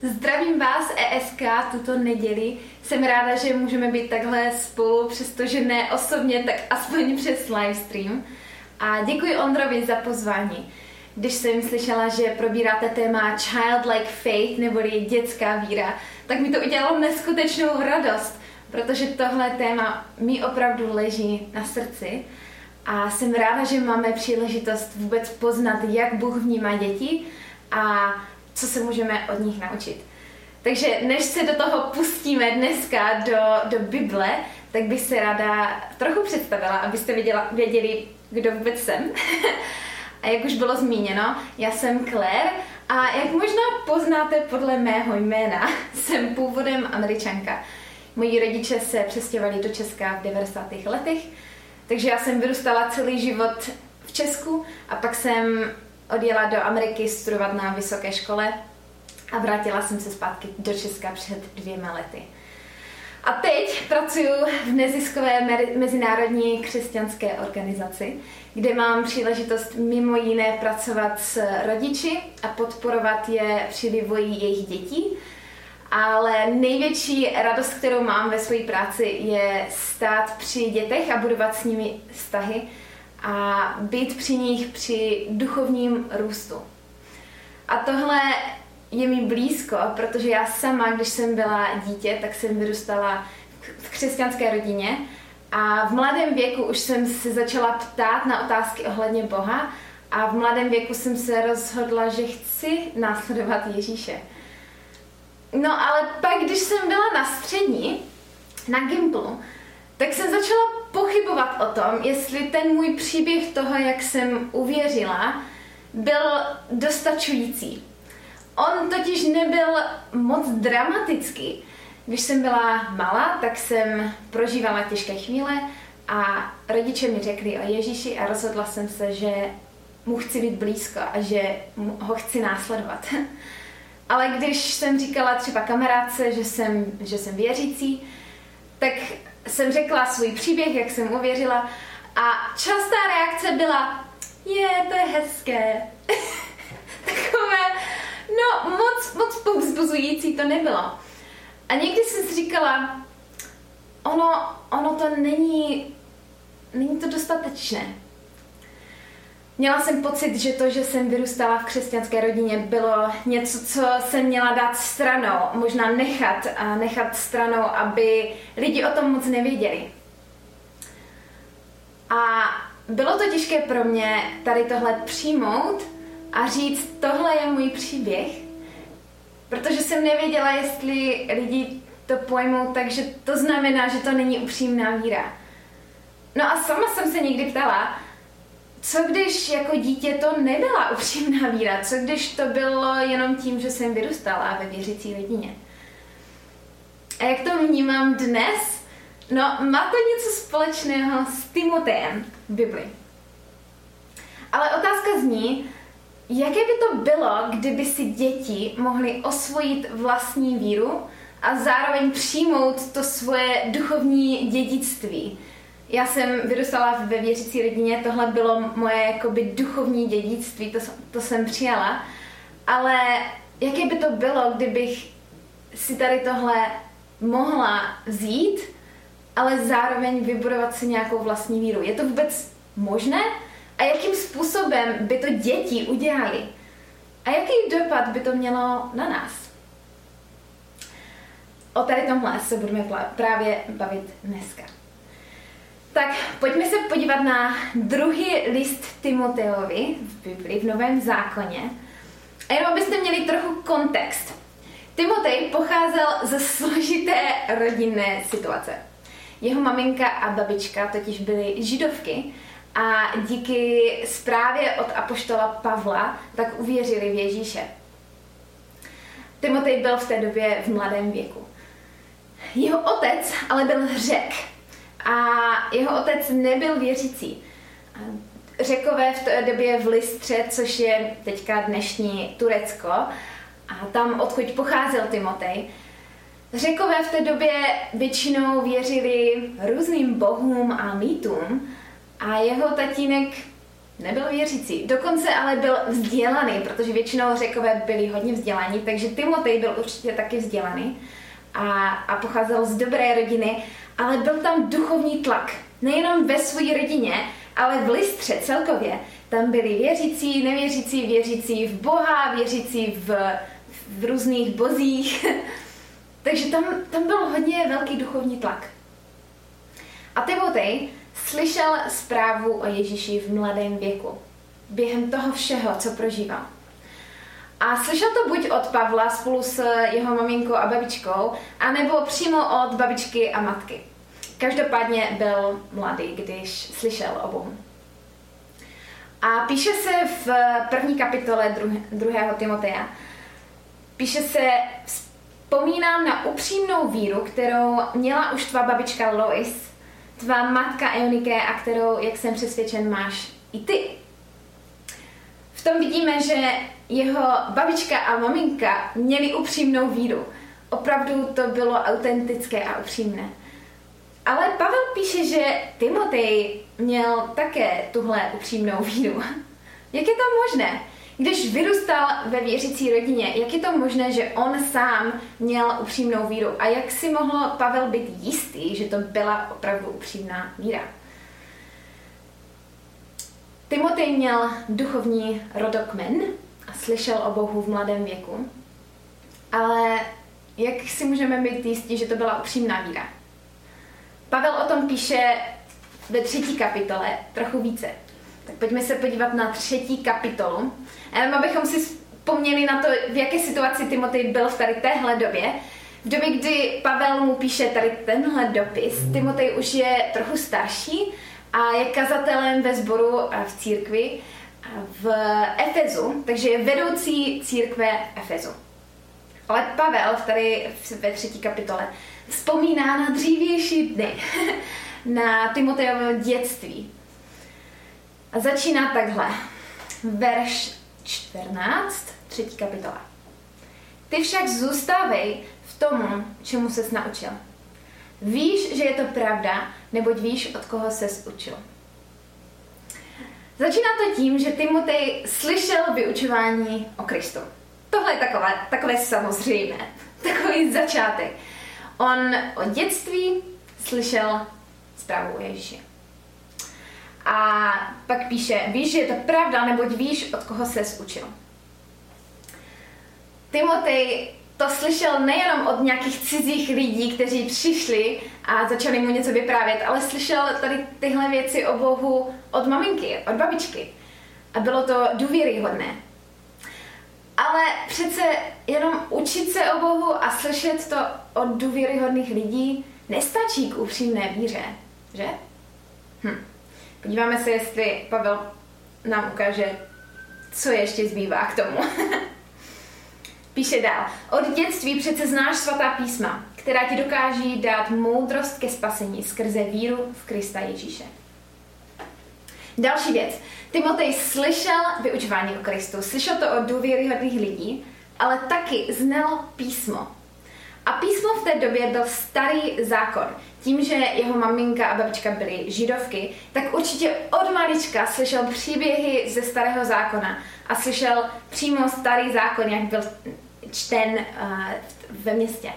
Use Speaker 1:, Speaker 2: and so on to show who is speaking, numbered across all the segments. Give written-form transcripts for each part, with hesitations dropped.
Speaker 1: Zdravím vás ESK tuto neděli. Jsem ráda, že můžeme být takhle spolu, přestože ne osobně, tak aspoň přes livestream. A děkuji Ondrovi za pozvání. Když jsem slyšela, že probíráte téma Childlike Faith, neboli dětská víra, tak mi to udělalo neskutečnou radost, protože tohle téma mi opravdu leží na srdci. A jsem ráda, že máme příležitost vůbec poznat, jak Bůh vnímá děti a co se můžeme od nich naučit. Takže než se do toho pustíme dneska do Bible, tak bych se ráda trochu představila, abyste věděli, kdo vůbec jsem. A jak už bylo zmíněno, já jsem Claire a jak možná poznáte podle mého jména, jsem původem Američanka. Moji rodiče se přestěhovali do Česka v 90. letech, takže já jsem vyrůstala celý život v Česku a pak jsem odjela do Ameriky studovat na vysoké škole a vrátila jsem se zpátky do Česka před 2 lety. A teď pracuji v neziskové mezinárodní křesťanské organizaci, kde mám příležitost mimo jiné pracovat s rodiči a podporovat je při vývoji jejich dětí. Ale největší radost, kterou mám ve své práci, je stát při dětech a budovat s nimi vztahy a být při nich při duchovním růstu. A tohle je mi blízko, protože já sama, když jsem byla dítě, tak jsem vyrůstala v křesťanské rodině a v mladém věku už jsem se začala ptát na otázky ohledně Boha a v mladém věku jsem se rozhodla, že chci následovat Ježíše. No ale pak, když jsem byla na střední, na Gimplu, tak jsem začala pochybovat o tom, jestli ten můj příběh toho, jak jsem uvěřila, byl dostačující. On totiž nebyl moc dramatický. Když jsem byla malá, tak jsem prožívala těžké chvíle a rodiče mi řekli o Ježíši a rozhodla jsem se, že mu chci být blízko a že ho chci následovat. Ale když jsem říkala třeba kamarádce, že jsem věřící, tak jsem řekla svůj příběh, jak jsem uvěřila a častá reakce byla, to je hezké. Takové, moc povzbuzující to nebylo. A někdy jsem si říkala, ono to není to dostatečné. Měla jsem pocit, že to, že jsem vyrůstala v křesťanské rodině, bylo něco, co jsem měla dát stranou, možná nechat stranou, aby lidi o tom moc nevěděli. A bylo to těžké pro mě tady tohle přijmout a říct, tohle je můj příběh, protože jsem nevěděla, jestli lidi to pojmou, takže to znamená, že to není upřímná víra. No a sama jsem se někdy ptala, co když jako dítě to nebyla upřímná víra? Co když to bylo jenom tím, že jsem vyrůstala ve věřící rodině? A jak to vnímám dnes? No, má to něco společného s Timotejem v Bibli. Ale otázka zní, jaké by to bylo, kdyby si děti mohly osvojit vlastní víru a zároveň přijmout to svoje duchovní dědictví. Já jsem vyrůstala ve věřící rodině, tohle bylo moje jakoby duchovní dědictví, to jsem přijala, ale jaké by to bylo, kdybych si tady tohle mohla vzít, ale zároveň vybudovat si nějakou vlastní víru. Je to vůbec možné? A jakým způsobem by to děti udělali? A jaký dopad by to mělo na nás? O tady tomhle se budeme právě bavit dneska. Tak pojďme se podívat na druhý list Timotejovi v Bibli, v Novém zákoně. A jenom abyste měli trochu kontext. Timotej pocházel ze složité rodinné situace. Jeho maminka a babička totiž byly židovky a díky zprávě od apoštola Pavla tak uvěřili v Ježíše. Timotej byl v té době v mladém věku. Jeho otec ale byl Řek a jeho otec nebyl věřící. Řekové v té době v Lystře, což je teďka dnešní Turecko, a tam, odkud pocházel Timotej, Řekové v té době většinou věřili různým bohům a mýtům a jeho tatínek nebyl věřící. Dokonce ale byl vzdělaný, protože většinou Řekové byli hodně vzdělaní, takže Timotej byl určitě taky vzdělaný a pocházel z dobré rodiny, ale byl tam duchovní tlak. Nejenom ve své rodině, ale v Lystře celkově. Tam byli věřící, nevěřící, věřící v Boha, věřící v různých bozích. Takže tam byl hodně velký duchovní tlak. A Timotej slyšel zprávu o Ježíši v mladém věku, během toho všeho, co prožíval. A slyšel to buď od Pavla spolu s jeho maminkou a babičkou, anebo přímo od babičky a matky. Každopádně byl mladý, když slyšel o Bohu. A píše se v první kapitole 2. Timoteja, píše se: vzpomínám na upřímnou víru, kterou měla už tvá babička Lois, tvá matka Eunike a kterou, jak jsem přesvědčen, máš i ty. V tom vidíme, že jeho babička a maminka měli upřímnou víru. Opravdu to bylo autentické a upřímné. Ale Pavel píše, že Timotej měl také tuhle upřímnou víru. Jak je to možné? Když vyrůstal ve věřící rodině, jak je to možné, že on sám měl upřímnou víru? A jak si mohl Pavel být jistý, že to byla opravdu upřímná víra? Timotej měl duchovní rodokmen a slyšel o Bohu v mladém věku. Ale jak si můžeme být jistí, že to byla upřímná víra? Pavel o tom píše ve 3. kapitole trochu více. Tak pojďme se podívat na 3. kapitolu. Abychom si vzpomněli na to, v jaké situaci Timotej byl v tady téhle době. V době, kdy Pavel mu píše tady tenhle dopis, Timotej už je trochu starší a je kazatelem ve sboru v církvi v Efezu, takže je vedoucí církve Efezu. Ale Pavel tady ve 3. kapitole vzpomíná na dřívější dny, na Timotejovo dětství. A začíná takhle. Verš 14, 3. kapitola. Ty však zůstávej v tomu, čemu ses naučil. Víš, že je to pravda, neboť víš, od koho ses učil. Začíná to tím, že Timotej slyšel vyučování o Kristu. Tohle je takové samozřejmé, takový začátek. On od dětství slyšel zprávu o Ježíši. A pak píše, víš, že je to pravda, neboť víš, od koho ses učil. Timotej to slyšel nejenom od nějakých cizích lidí, kteří přišli a začali mu něco vyprávět, ale slyšel tady tyhle věci o Bohu od maminky, od babičky. A bylo to důvěryhodné. Ale přece jenom učit se o Bohu a slyšet to od důvěryhodných lidí nestačí k upřímné víře, že? Podíváme se, jestli Pavel nám ukáže, co ještě zbývá k tomu. Píše dál. Od dětství přece znáš svatá písma, která ti dokáží dát moudrost ke spasení skrze víru v Krista Ježíše. Další věc. Timotej slyšel vyučování o Kristu, slyšel to od důvěryhodných lidí, ale taky znal písmo. A písmo v té době byl starý zákon. Tím, že jeho maminka a babička byly židovky, tak určitě od malička slyšel příběhy ze starého zákona a slyšel přímo starý zákon, jak byl čten ve městě.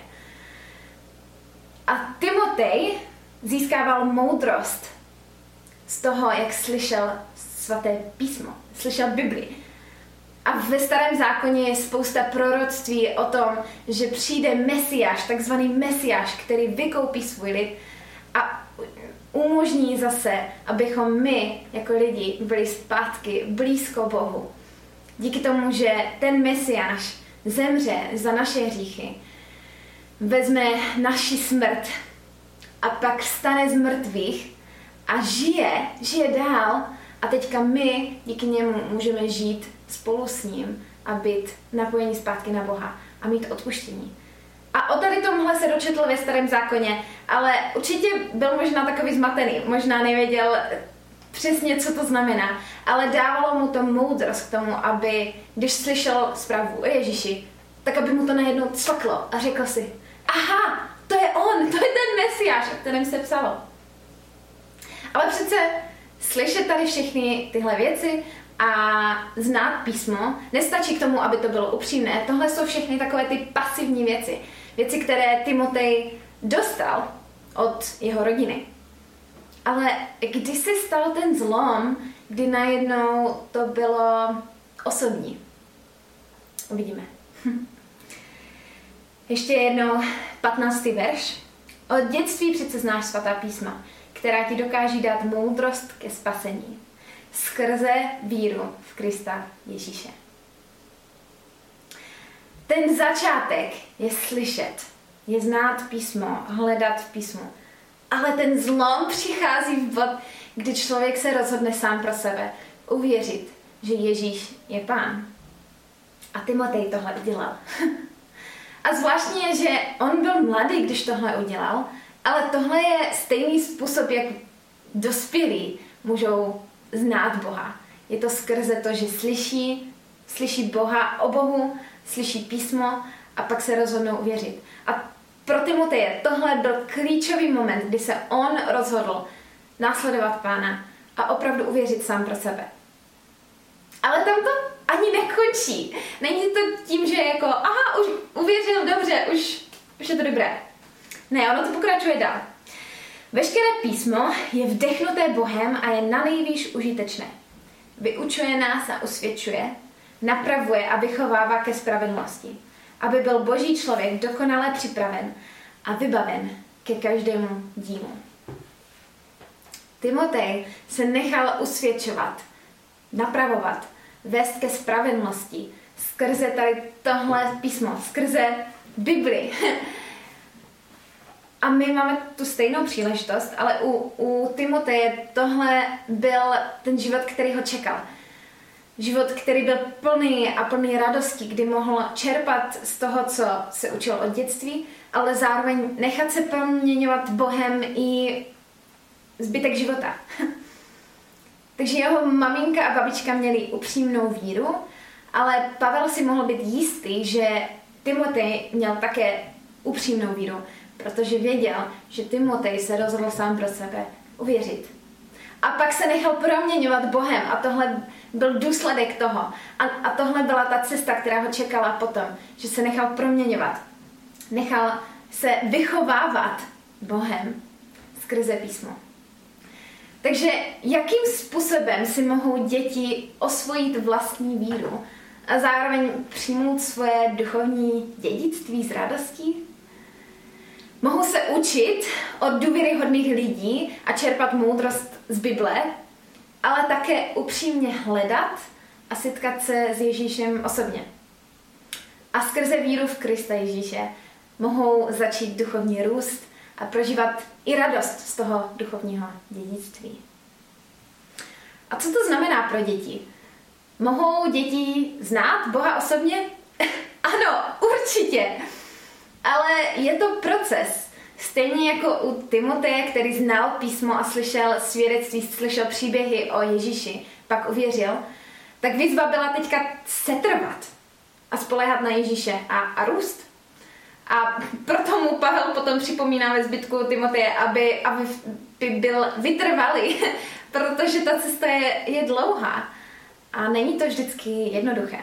Speaker 1: A Timotej získával moudrost z toho, jak slyšel svaté písmo, slyšel Bibli. A ve starém zákoně je spousta proroctví o tom, že přijde Mesiáš, takzvaný Mesiáš, který vykoupí svůj lid a umožní zase, abychom my, jako lidi, byli zpátky blízko Bohu. Díky tomu, že ten Mesiáš zemře za naše hříchy, vezme naši smrt a pak vstane z mrtvých a žije dál a teďka my díky němu můžeme žít spolu s ním a být napojení zpátky na Boha a mít odpuštění. A o tady tomhle se dočetl ve starém zákoně, ale určitě byl možná takový zmatený, možná nevěděl přesně, co to znamená, ale dávalo mu to moudrost k tomu, aby, když slyšel zprávu o Ježíši, tak aby mu to najednou cvaklo a řekl si, aha, to je on, to je ten Mesiáš, o kterém se psalo. Ale přece Slyšet tady všechny tyhle věci a znát písmo nestačí k tomu, aby to bylo upřímné. Tohle jsou všechny takové ty pasivní věci. Věci, které Timotej dostal od jeho rodiny. Ale kdy se stal ten zlom, kdy najednou to bylo osobní? Uvidíme. Ještě jednou 15. verš. Od dětství přece znáš svatá písma, která ti dokáží dát moudrost ke spasení. Skrze víru v Krista Ježíše. Ten začátek je slyšet, je znát písmo, hledat v písmu. Ale ten zlom přichází v bod, kdy člověk se rozhodne sám pro sebe uvěřit, že Ježíš je Pán. A Timotej tohle udělal. A zvláštní je, že on byl mladý, když tohle udělal, ale tohle je stejný způsob, jak dospělí můžou znát Boha. Je to skrze to, že slyší Boha o Bohu, slyší písmo a pak se rozhodnou uvěřit. A pro Timoteje tohle byl klíčový moment, kdy se on rozhodl následovat Pána a opravdu uvěřit sám pro sebe. Ale tam to ani nekončí. Není to tím, že jako, aha, už uvěřil, dobře, už je to dobré. Ne, ono to pokračuje dál. Veškeré písmo je vdechnuté Bohem a je nanejvýš užitečné. Vyučuje nás a usvědčuje, napravuje a vychovává ke spravedlnosti, aby byl Boží člověk dokonale připraven a vybaven ke každému dílu. Timotej se nechal usvědčovat, napravovat, vést ke spravedlnosti skrze tady tohle písmo, skrze Bibli. A my máme tu stejnou příležitost, ale u Timoteje tohle byl ten život, který ho čekal. Život, který byl plný radosti, kdy mohl čerpat z toho, co se učil od dětství, ale zároveň nechat se proměňovat Bohem i zbytek života. Takže jeho maminka a babička měli upřímnou víru, ale Pavel si mohl být jistý, že Timotej měl také upřímnou víru, protože věděl, že Timotej se rozhodl sám pro sebe uvěřit. A pak se nechal proměňovat Bohem a tohle byl důsledek toho. A tohle byla ta cesta, která ho čekala potom, že se nechal proměňovat. Nechal se vychovávat Bohem skrze písmo. Takže jakým způsobem si mohou děti osvojit vlastní víru a zároveň přijmout svoje duchovní dědictví s radostí? Mohou se učit od důvěryhodných lidí a čerpat moudrost z Bible, ale také upřímně hledat a setkat se s Ježíšem osobně. A skrze víru v Krista Ježíše mohou začít duchovní růst a prožívat i radost z toho duchovního dědictví. A co to znamená pro děti? Mohou děti znát Boha osobně? Ano, určitě. Ale je to proces. Stejně jako u Timoteje, který znal písmo a slyšel svědectví, slyšel příběhy o Ježíši, pak uvěřil, tak výzva byla teďka setrvat a spoléhat na Ježíše a růst. A proto mu Pavel potom připomíná ve zbytku Timoteje, aby byl vytrvalý, protože ta cesta je dlouhá a není to vždycky jednoduché.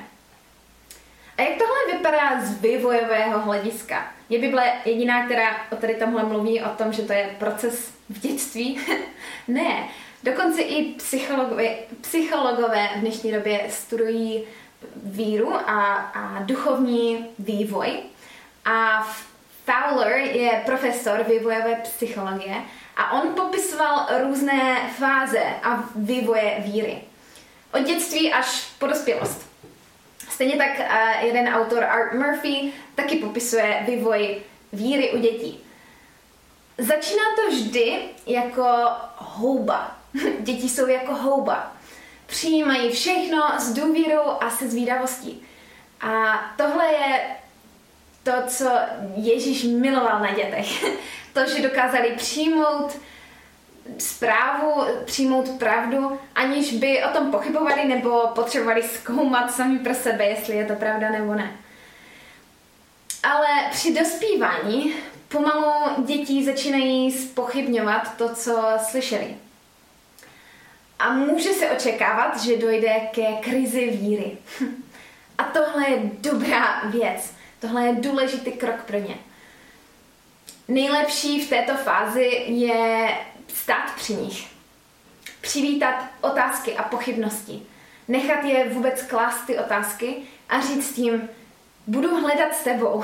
Speaker 1: A jak tohle vypadá z vývojového hlediska? Je Bible jediná, která o tady tomhle mluví o tom, že to je proces v dětství? Ne. Dokonce i psychologové v dnešní době studují víru a duchovní vývoj. A Fowler je profesor vývojové psychologie a on popisoval různé fáze a vývoje víry. Od dětství až po dospělost. Stejně tak jeden autor, Art Murphy, taky popisuje vývoj víry u dětí. Začíná to vždy jako houba. Děti jsou jako houba. Přijímají všechno s důvěrou a se zvídavostí. A tohle je to, co Ježíš miloval na dětech. To, že dokázali přijmout zprávu, přijmout pravdu, aniž by o tom pochybovali nebo potřebovali zkoumat sami pro sebe, jestli je to pravda nebo ne. Ale při dospívání pomalu děti začínají zpochybňovat to, co slyšeli. A může se očekávat, že dojde ke krizi víry. A tohle je dobrá věc. Tohle je důležitý krok pro ně. Nejlepší v této fázi je stát při nich. Přivítat otázky a pochybnosti. Nechat je vůbec klást ty otázky a říct jim, budu hledat s tebou.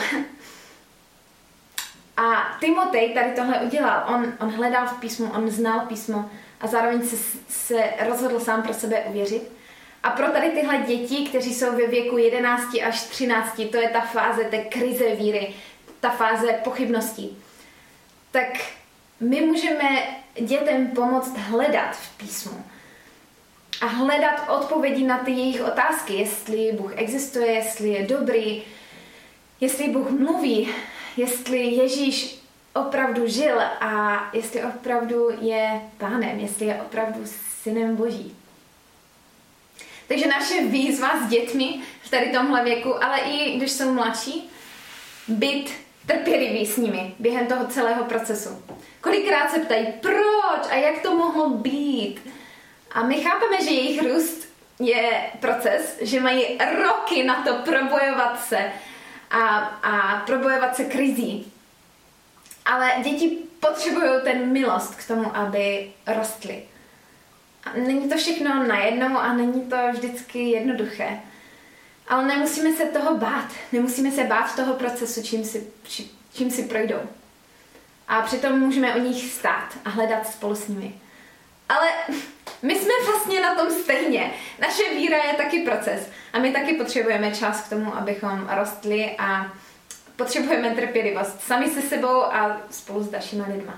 Speaker 1: A Timotej tady tohle udělal. On hledal v písmu, on znal písmo a zároveň se rozhodl sám pro sebe uvěřit. A pro tady tyhle děti, kteří jsou ve věku 11 až 13, to je ta fáze té krize víry, ta fáze pochybností, tak my můžeme dětem pomoct hledat v písmu a hledat odpovědi na ty jejich otázky, jestli Bůh existuje, jestli je dobrý, jestli Bůh mluví, jestli Ježíš opravdu žil a jestli opravdu je Pánem, jestli je opravdu Synem Boží. Takže naše výzva s dětmi v tady tomhle věku, ale i když jsou mladší, být trpělivý s nimi během toho celého procesu. Kolikrát se ptají, proč a jak to mohlo být? A my chápeme, že jejich růst je proces, že mají roky na to probojovat se a probojovat se krizí. Ale děti potřebují ten milost k tomu, aby rostly. A není to všechno najednou a není to vždycky jednoduché. Ale nemusíme se toho bát. Nemusíme se bát toho procesu, čím si projdou. A přitom můžeme o nich stát a hledat spolu s nimi. Ale my jsme vlastně na tom stejně. Naše víra je taky proces. A my taky potřebujeme čas k tomu, abychom rostli a potřebujeme trpělivost sami se sebou a spolu s dalšíma lidma.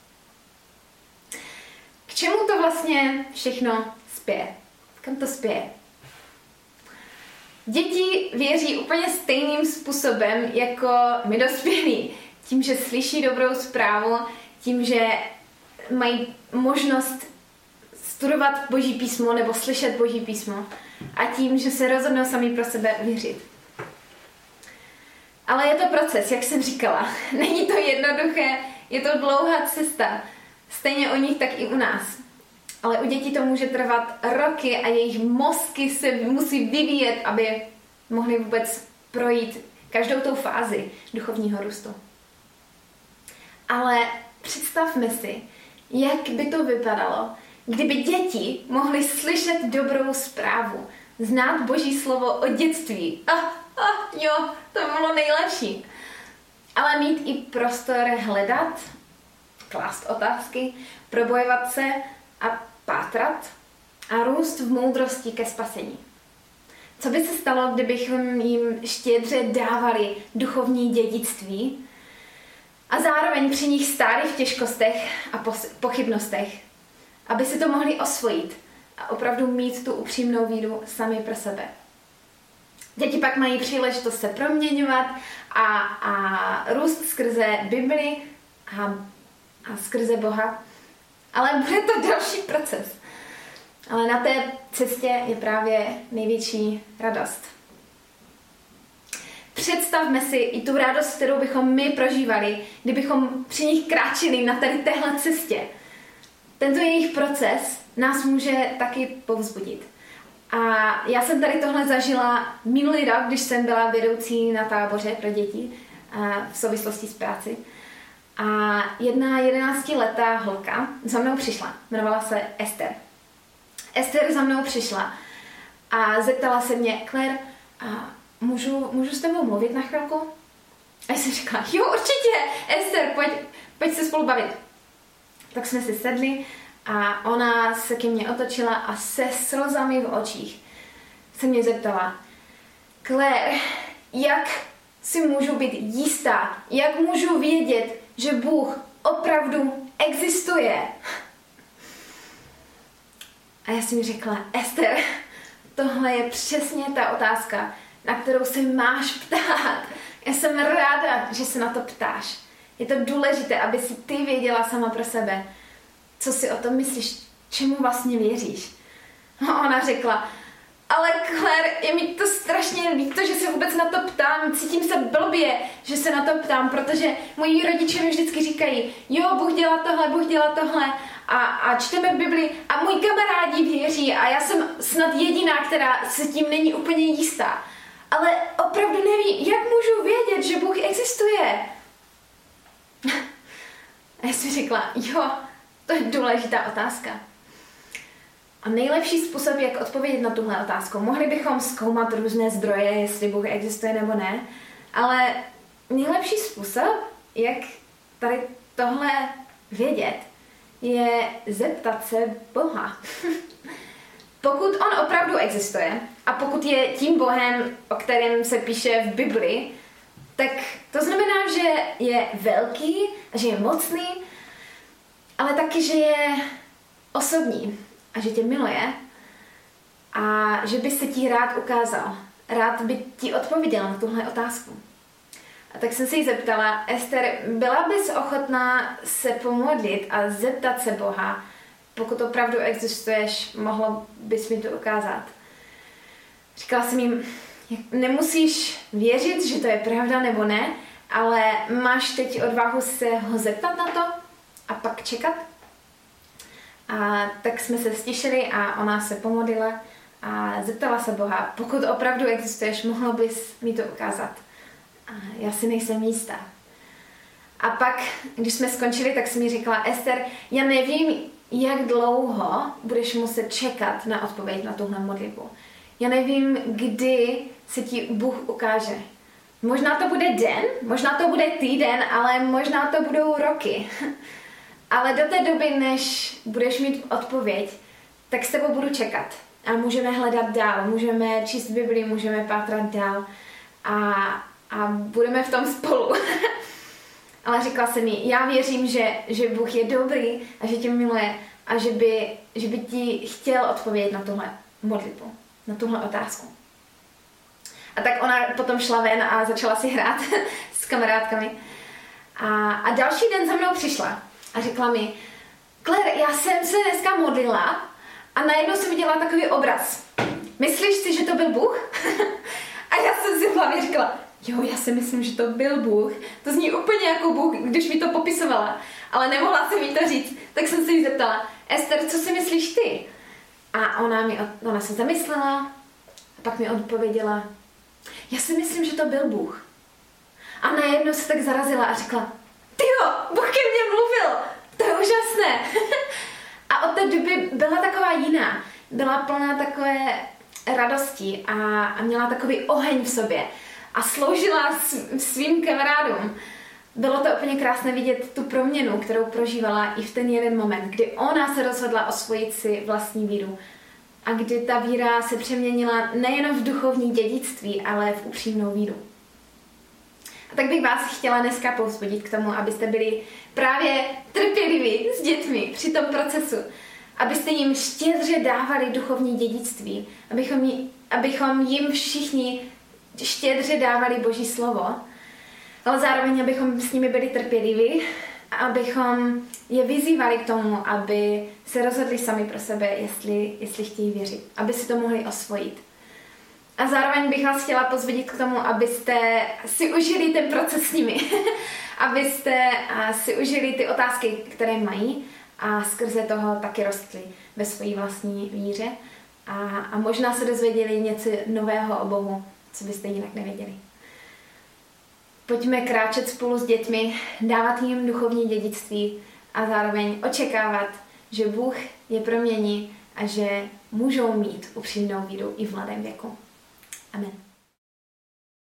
Speaker 1: K čemu to vlastně všechno spěje? Kam to spěje? Děti věří úplně stejným způsobem jako my dospělí. Tím, že slyší dobrou zprávu, tím, že mají možnost studovat Boží písmo nebo slyšet Boží písmo a tím, že se rozhodnou sami pro sebe věřit. Ale je to proces, jak jsem říkala. Není to jednoduché, je to dlouhá cesta. Stejně o nich, tak i u nás. Ale u dětí to může trvat roky a jejich mozky se musí vyvíjet, aby mohli vůbec projít každou tou fázi duchovního růstu. Ale představme si, jak by to vypadalo, kdyby děti mohly slyšet dobrou zprávu, znát Boží slovo od dětství. Jo, to bylo nejlepší. Ale mít i prostor hledat, klást otázky, probojovat se a pátrat a růst v moudrosti ke spasení. Co by se stalo, kdybychom jim štědře dávali duchovní dědictví a zároveň při nich stáli v těžkostech a pochybnostech, aby si to mohli osvojit a opravdu mít tu upřímnou víru sami pro sebe. Děti pak mají příležitost se proměňovat a růst skrze Bibli a skrze Boha. Ale bude to další proces. Ale na té cestě je právě největší radost. Představme si i tu radost, kterou bychom my prožívali, kdybychom při nich kráčeli na tady téhle cestě. Tento jejich proces nás může taky povzbudit. A já jsem tady tohle zažila minulý rok, když jsem byla vedoucí na táboře pro děti v souvislosti s práci. A jedna 11letá holka za mnou přišla. Jmenovala se Ester. Ester za mnou přišla a zeptala se mě, Claire, můžu s tebou mluvit na chvilku? A jsem říkala, jo, určitě, Ester, pojď se spolu bavit. Tak jsme si sedli a ona se ke mně otočila a se slzami v očích se mě zeptala, Claire, jak si můžu být jistá, jak můžu vědět, že Bůh opravdu existuje? A já jsem mi řekla, Ester, tohle je přesně ta otázka, na kterou se máš ptát. Já jsem ráda, že se na to ptáš. Je to důležité, aby si ty věděla sama pro sebe, co si o tom myslíš, čemu vlastně věříš. A ona řekla, ale Claire, je mi to strašně líto, že se vůbec na to ptám, cítím se blbě, že se na to ptám, protože moji rodiče mi vždycky říkají, jo, Bůh dělá tohle a čteme Bibli a můj kamarádi věří a já jsem snad jediná, která se tím není úplně jistá. Ale opravdu nevím, jak můžu vědět, že Bůh existuje? A já jsem řekla, jo, to je důležitá otázka. A nejlepší způsob, jak odpovědět na tuhle otázku, mohli bychom zkoumat různé zdroje, jestli Bůh existuje nebo ne, ale nejlepší způsob, jak tady tohle vědět, je zeptat se Boha. Pokud on opravdu existuje a pokud je tím Bohem, o kterém se píše v Bibli, tak to znamená, že je velký, že je mocný, ale taky, že je osobní a že tě miluje a že by se ti rád ukázal. Rád by ti odpověděl na tuhle otázku. A tak jsem se jí zeptala, Ester, byla bys ochotná se pomodlit a zeptat se Boha, pokud opravdu existuješ, mohla bys mi to ukázat? Říkala jsem jim, nemusíš věřit, že to je pravda nebo ne, ale máš teď odvahu se ho zeptat na to a pak čekat? A tak jsme se stišili a ona se pomodlila a zeptala se Boha, pokud opravdu existuješ, mohla bys mi to ukázat? A já si nejsem jistá. A pak, když jsme skončili, tak jsem mi řekla, Ester, já nevím, jak dlouho budeš muset čekat na odpověď na tuhle modlitbu. Já nevím, kdy se ti Bůh ukáže. Možná to bude den, možná to bude týden, ale možná to budou roky. Ale do té doby, než budeš mít odpověď, tak s tebou budu čekat. A můžeme hledat dál, můžeme číst Bibli, můžeme pátrat dál a budeme v tom spolu. Ale řekla jsem mi, já věřím, že Bůh je dobrý a že tě miluje a že by ti chtěl odpovědět na tuhle modlitbu, na tuhle otázku. A tak ona potom šla ven a začala si hrát s kamarádkami. A další den za mnou přišla a řekla mi, Claire, já jsem se dneska modlila a najednou jsem viděla takový obraz. Myslíš si, že to byl Bůh? A já jsem si v hlavě říkala, jo, já si myslím, že to byl Bůh. To zní úplně jako Bůh, když mi to popisovala. Ale nemohla jsem jí to říct. Tak jsem se jí zeptala, Ester, co si myslíš ty? A ona se zamyslela a pak mi odpověděla, já si myslím, že to byl Bůh. A najednou se tak zarazila a řekla, tyjo, Bůh ke mně mluvil. To je úžasné. A od té doby byla taková jiná. Byla plná takové radosti a měla takový oheň v sobě. A sloužila svým kamarádům. Bylo to úplně krásné vidět tu proměnu, kterou prožívala i v ten jeden moment, kdy ona se rozhodla osvojit si vlastní víru. A kdy ta víra se přeměnila nejen v duchovní dědictví, ale v upřímnou víru. A tak bych vás chtěla dneska povzbudit k tomu, abyste byli právě trpěliví s dětmi při tom procesu. Abyste jim štědře dávali duchovní dědictví. Abychom jim všichni štědře dávali Boží slovo. Ale zároveň, abychom s nimi byli trpěliví a abychom je vyzývali k tomu, aby se rozhodli sami pro sebe, jestli chtějí věřit. Aby si to mohli osvojit. A zároveň bych vás chtěla pozvedit k tomu, abyste si užili ten proces s nimi. Abyste si užili ty otázky, které mají a skrze toho taky rostli ve své vlastní víře. A možná se dozvěděli něco nového o Bohu, co byste jinak nevěděli. Pojďme kráčet spolu s dětmi, dávat jim duchovní dědictví a zároveň očekávat, že Bůh je promění a že můžou mít upřímnou víru i v mladém věku. Amen.